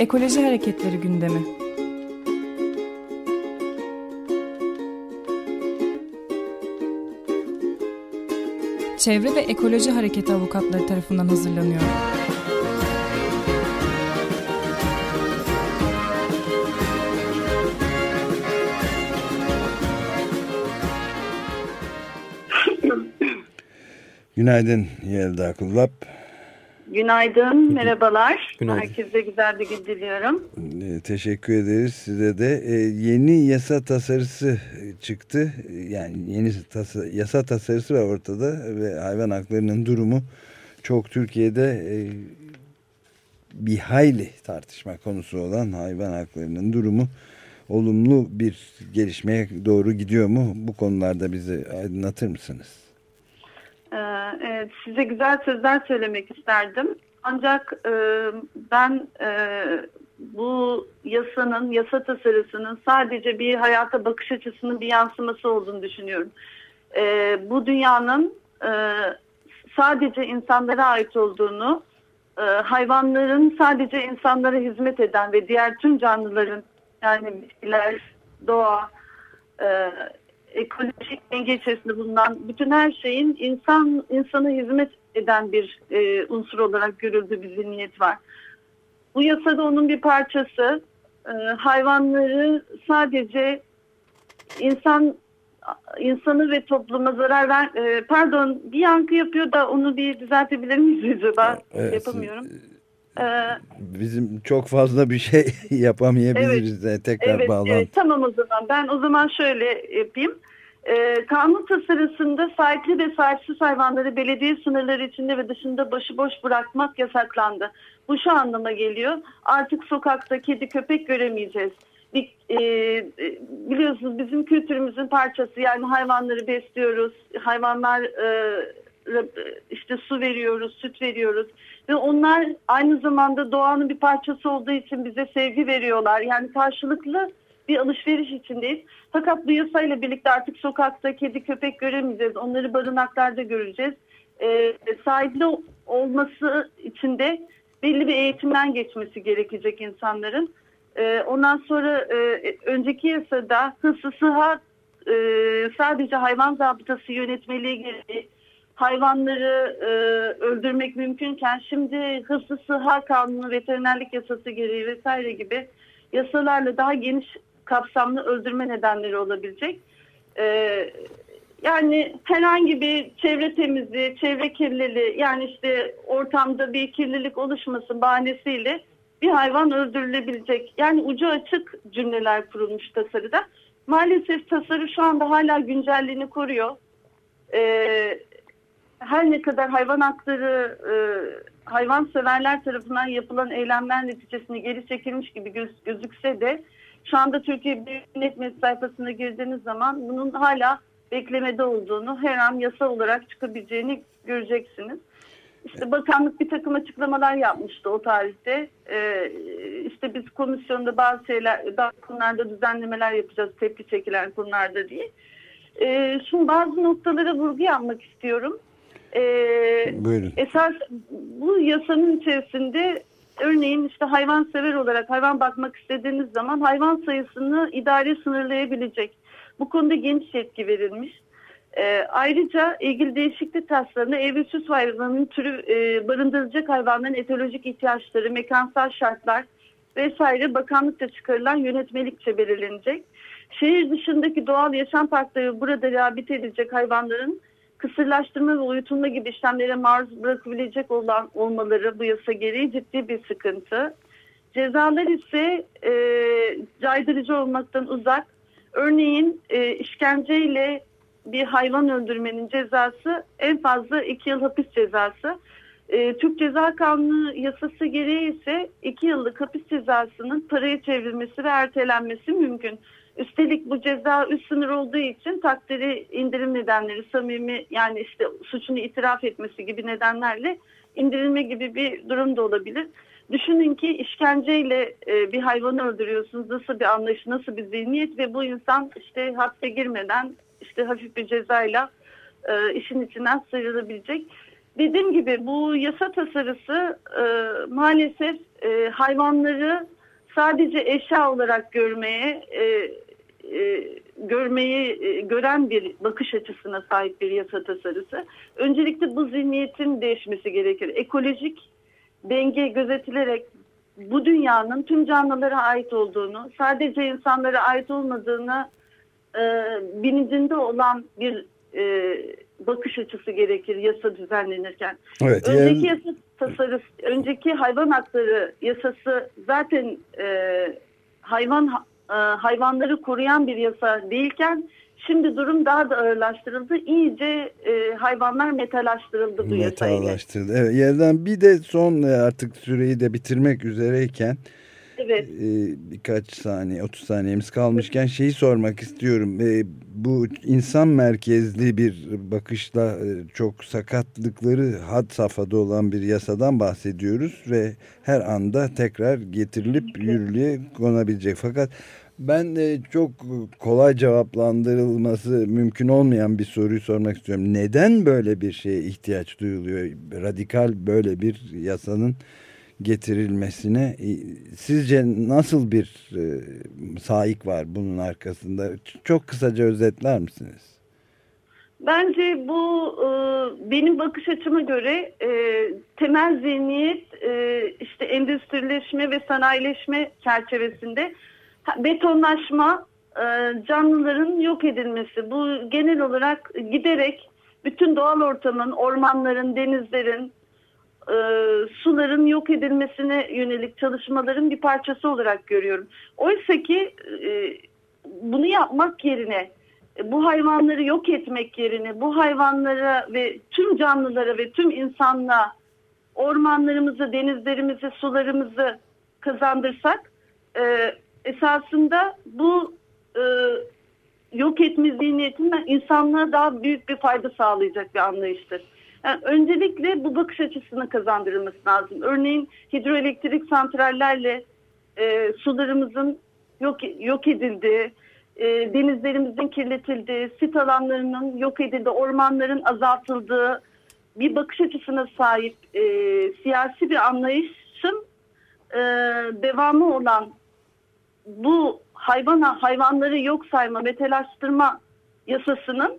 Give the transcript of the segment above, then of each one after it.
Ekoloji hareketleri gündemi. Çevre ve Ekoloji Hareketi avukatları tarafından hazırlanıyor. Günaydın Yelda Kullap. Günaydın, merhabalar. Günaydın. Herkese güzel bir gün diliyorum. Teşekkür ederiz size de. Yeni yasa tasarısı çıktı. Yani yeni yasa tasarısı var ortada ve hayvan haklarının durumu çok Türkiye'de bir hayli tartışma konusu olan hayvan haklarının durumu olumlu bir gelişmeye doğru gidiyor mu? Bu konularda bizi aydınlatır mısınız? Evet, size güzel sözler söylemek isterdim. Ancak ben bu yasa tasarısının sadece bir hayata bakış açısının bir yansıması olduğunu düşünüyorum. Bu dünyanın sadece insanlara ait olduğunu, hayvanların sadece insanlara hizmet eden ve diğer tüm canlıların, yani bitkiler, doğa, ekolojik denge içerisinde bulunan bütün her şeyin insana hizmet eden bir unsur olarak görüldüğü bir zihniyet var. Bu yasada onun bir parçası. Hayvanları sadece insanı ve topluma zarar bir yankı yapıyor da onu bir düzeltebilir miyiz acaba? Evet, yapamıyorum. Bizim çok fazla bir şey yapamayabiliriz. Evet, Tekrar bağlantı. Evet, tamam o zaman. Ben o zaman şöyle yapayım. Kanun tasarısında sahipli ve sahipsiz hayvanları belediye sınırları içinde ve dışında başıboş bırakmak yasaklandı. Bu şu anlama geliyor. Artık sokakta kedi köpek göremeyeceğiz. Biliyorsunuz bizim kültürümüzün parçası, yani hayvanları besliyoruz. Hayvanlar işte su veriyoruz, süt veriyoruz. Ve onlar aynı zamanda doğanın bir parçası olduğu için bize sevgi veriyorlar. Yani karşılıklı bir alışveriş içindeyiz. Fakat bu yasayla birlikte artık sokakta kedi köpek göremeyeceğiz. Onları barınaklarda göreceğiz. Sahipli olması için de belli bir eğitimden geçmesi gerekecek insanların. Ondan sonra önceki yasada hıfzı sıhhat sadece hayvan zabıtası yönetmeliği gereği hayvanları öldürmek mümkünken şimdi hıfzı sıhhat kanunu, veterinerlik yasası gereği vesaire gibi yasalarla daha geniş kapsamlı öldürme nedenleri olabilecek. Yani herhangi bir çevre temizliği, çevre kirliliği, yani işte ortamda bir kirlilik oluşması bahanesiyle bir hayvan öldürülebilecek. Yani ucu açık cümleler kurulmuş tasarıda. Maalesef tasarı şu anda hala güncelliğini koruyor. Her ne kadar hayvan hakları hayvanseverler tarafından yapılan eylemler neticesinde geri çekilmiş gibi gözükse de şu anda Türkiye Büyük Millet Meclisi sayfasına girdiğiniz zaman bunun hala beklemede olduğunu, her an yasa olarak çıkabileceğini göreceksiniz. İşte bakanlık bir takım açıklamalar yapmıştı o tarihte. İşte biz komisyonda bazı konularda düzenlemeler yapacağız, tepki çekilen konularda diye. Şimdi bazı noktalara vurgu yapmak istiyorum. Buyurun. Esas bu yasanın içerisinde örneğin işte hayvansever olarak hayvan bakmak istediğiniz zaman hayvan sayısını idare sınırlayabilecek. Bu konuda geniş yetki verilmiş. Ayrıca ilgili değişiklik taslağında ev ve süs hayvanının türü barındırılacak hayvanların etolojik ihtiyaçları, mekansal şartlar vesaire bakanlıkça çıkarılan yönetmelikçe belirlenecek. Şehir dışındaki doğal yaşam parkları burada rehabilite edilecek hayvanların kısırlaştırma ve uyutulma gibi işlemlere maruz bırakabilecek olmaları bu yasa gereği ciddi bir sıkıntı. Cezalar ise caydırıcı olmaktan uzak. Örneğin işkenceyle bir hayvan öldürmenin cezası en fazla 2 yıl hapis cezası. Türk Ceza Kanunu yasası gereği ise 2 yıllık hapis cezasının paraya çevrilmesi ve ertelenmesi mümkün. Üstelik bu ceza üst sınır olduğu için takdiri indirim nedenleri, samimi, yani işte suçunu itiraf etmesi gibi nedenlerle indirilme gibi bir durum da olabilir. Düşünün ki işkenceyle bir hayvanı öldürüyorsunuz. Nasıl bir anlayış, nasıl bir zihniyet ve bu insan işte hapse girmeden işte hafif bir cezayla işin içinden sıyrılabilecek. dediğim gibi bu yasa tasarısı maalesef hayvanları sadece eşya olarak gören bir bakış açısına sahip bir yasa tasarısı. Öncelikle bu zihniyetin değişmesi gerekir. Ekolojik denge gözetilerek bu dünyanın tüm canlılara ait olduğunu, sadece insanlara ait olmadığını bilincinde olan bir bakış açısı gerekir yasa düzenlenirken. Evet, önceki hayvan hakları yasası zaten hayvanları koruyan bir yasa değilken şimdi durum daha da ağırlaştırıldı. İyice hayvanlar metalaştırıldı bu yasayla. Metalaştırıldı. Evet, yerden bir de son artık süreyi de bitirmek üzereyken evet. Birkaç saniye 30 saniyemiz kalmışken şeyi sormak istiyorum. Bu insan merkezli bir bakışla çok sakatlıkları had safhada olan bir yasadan bahsediyoruz ve her anda tekrar getirilip yürürlüğe konabilecek. Fakat ben çok kolay cevaplandırılması mümkün olmayan bir soruyu sormak istiyorum. Neden böyle bir şeye ihtiyaç duyuluyor? Radikal böyle bir yasanın getirilmesine sizce nasıl bir saik var bunun arkasında? Çok kısaca özetler misiniz? Bence bu benim bakış açıma göre temel zihniyet işte endüstrileşme ve sanayileşme çerçevesinde betonlaşma, canlıların yok edilmesi. Bu genel olarak giderek bütün doğal ortamın, ormanların, denizlerin, suların yok edilmesine yönelik çalışmaların bir parçası olarak görüyorum. Oysa ki bunu yapmak yerine, bu hayvanları yok etmek yerine, bu hayvanlara ve tüm canlılara ve tüm insanlığa ormanlarımızı, denizlerimizi, sularımızı kazandırsak, esasında bu yok etme zihniyetinden insanlığa daha büyük bir fayda sağlayacak bir anlayıştır. Yani öncelikle bu bakış açısına kazandırılması lazım. Örneğin hidroelektrik santrallerle sularımızın yok edildiği, denizlerimizin kirletildiği, sit alanlarının yok edildiği, ormanların azaltıldığı bir bakış açısına sahip siyasi bir anlayışın devamı olan bu hayvanları yok sayma, metalaştırma yasasının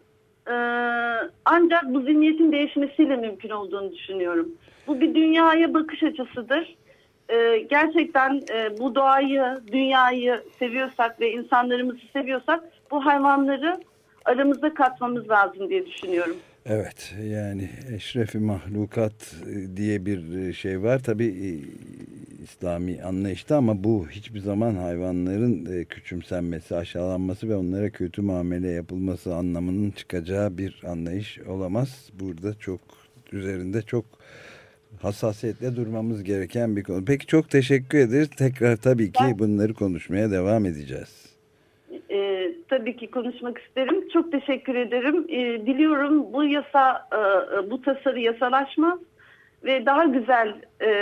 ancak bu zihniyetin değişmesiyle mümkün olduğunu düşünüyorum. Bu bir dünyaya bakış açısıdır. Gerçekten bu doğayı, dünyayı seviyorsak ve insanlarımızı seviyorsak bu hayvanları aramıza katmamız lazım diye düşünüyorum. Evet, yani eşrefi mahlukat diye bir şey var tabii İslami anlayışta, ama bu hiçbir zaman hayvanların küçümsenmesi, aşağılanması ve onlara kötü muamele yapılması anlamının çıkacağı bir anlayış olamaz. Burada çok üzerinde çok hassasiyetle durmamız gereken bir konu. Peki, çok teşekkür ederiz. Tekrar tabii ki bunları konuşmaya devam edeceğiz. Tabii ki konuşmak isterim. Çok teşekkür ederim. Diliyorum bu yasa, bu tasarı yasalaşmaz ve daha güzel,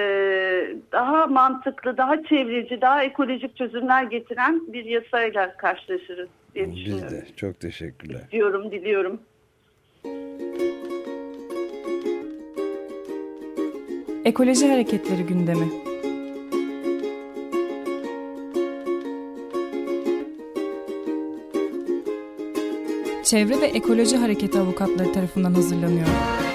daha mantıklı, daha çevreci, daha ekolojik çözümler getiren bir yasayla karşılaşırız diye düşünüyorum. Biz de çok teşekkürler. Diliyorum. Ekoloji hareketleri gündemi. Çevre ve Ekoloji Hareketi avukatları tarafından hazırlanıyor.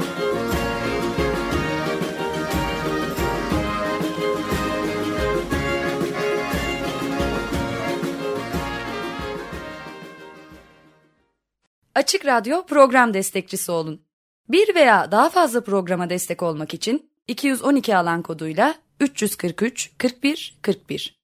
Açık Radyo program destekçisi olun. Bir veya daha fazla programa destek olmak için 212 alan koduyla 343 41 41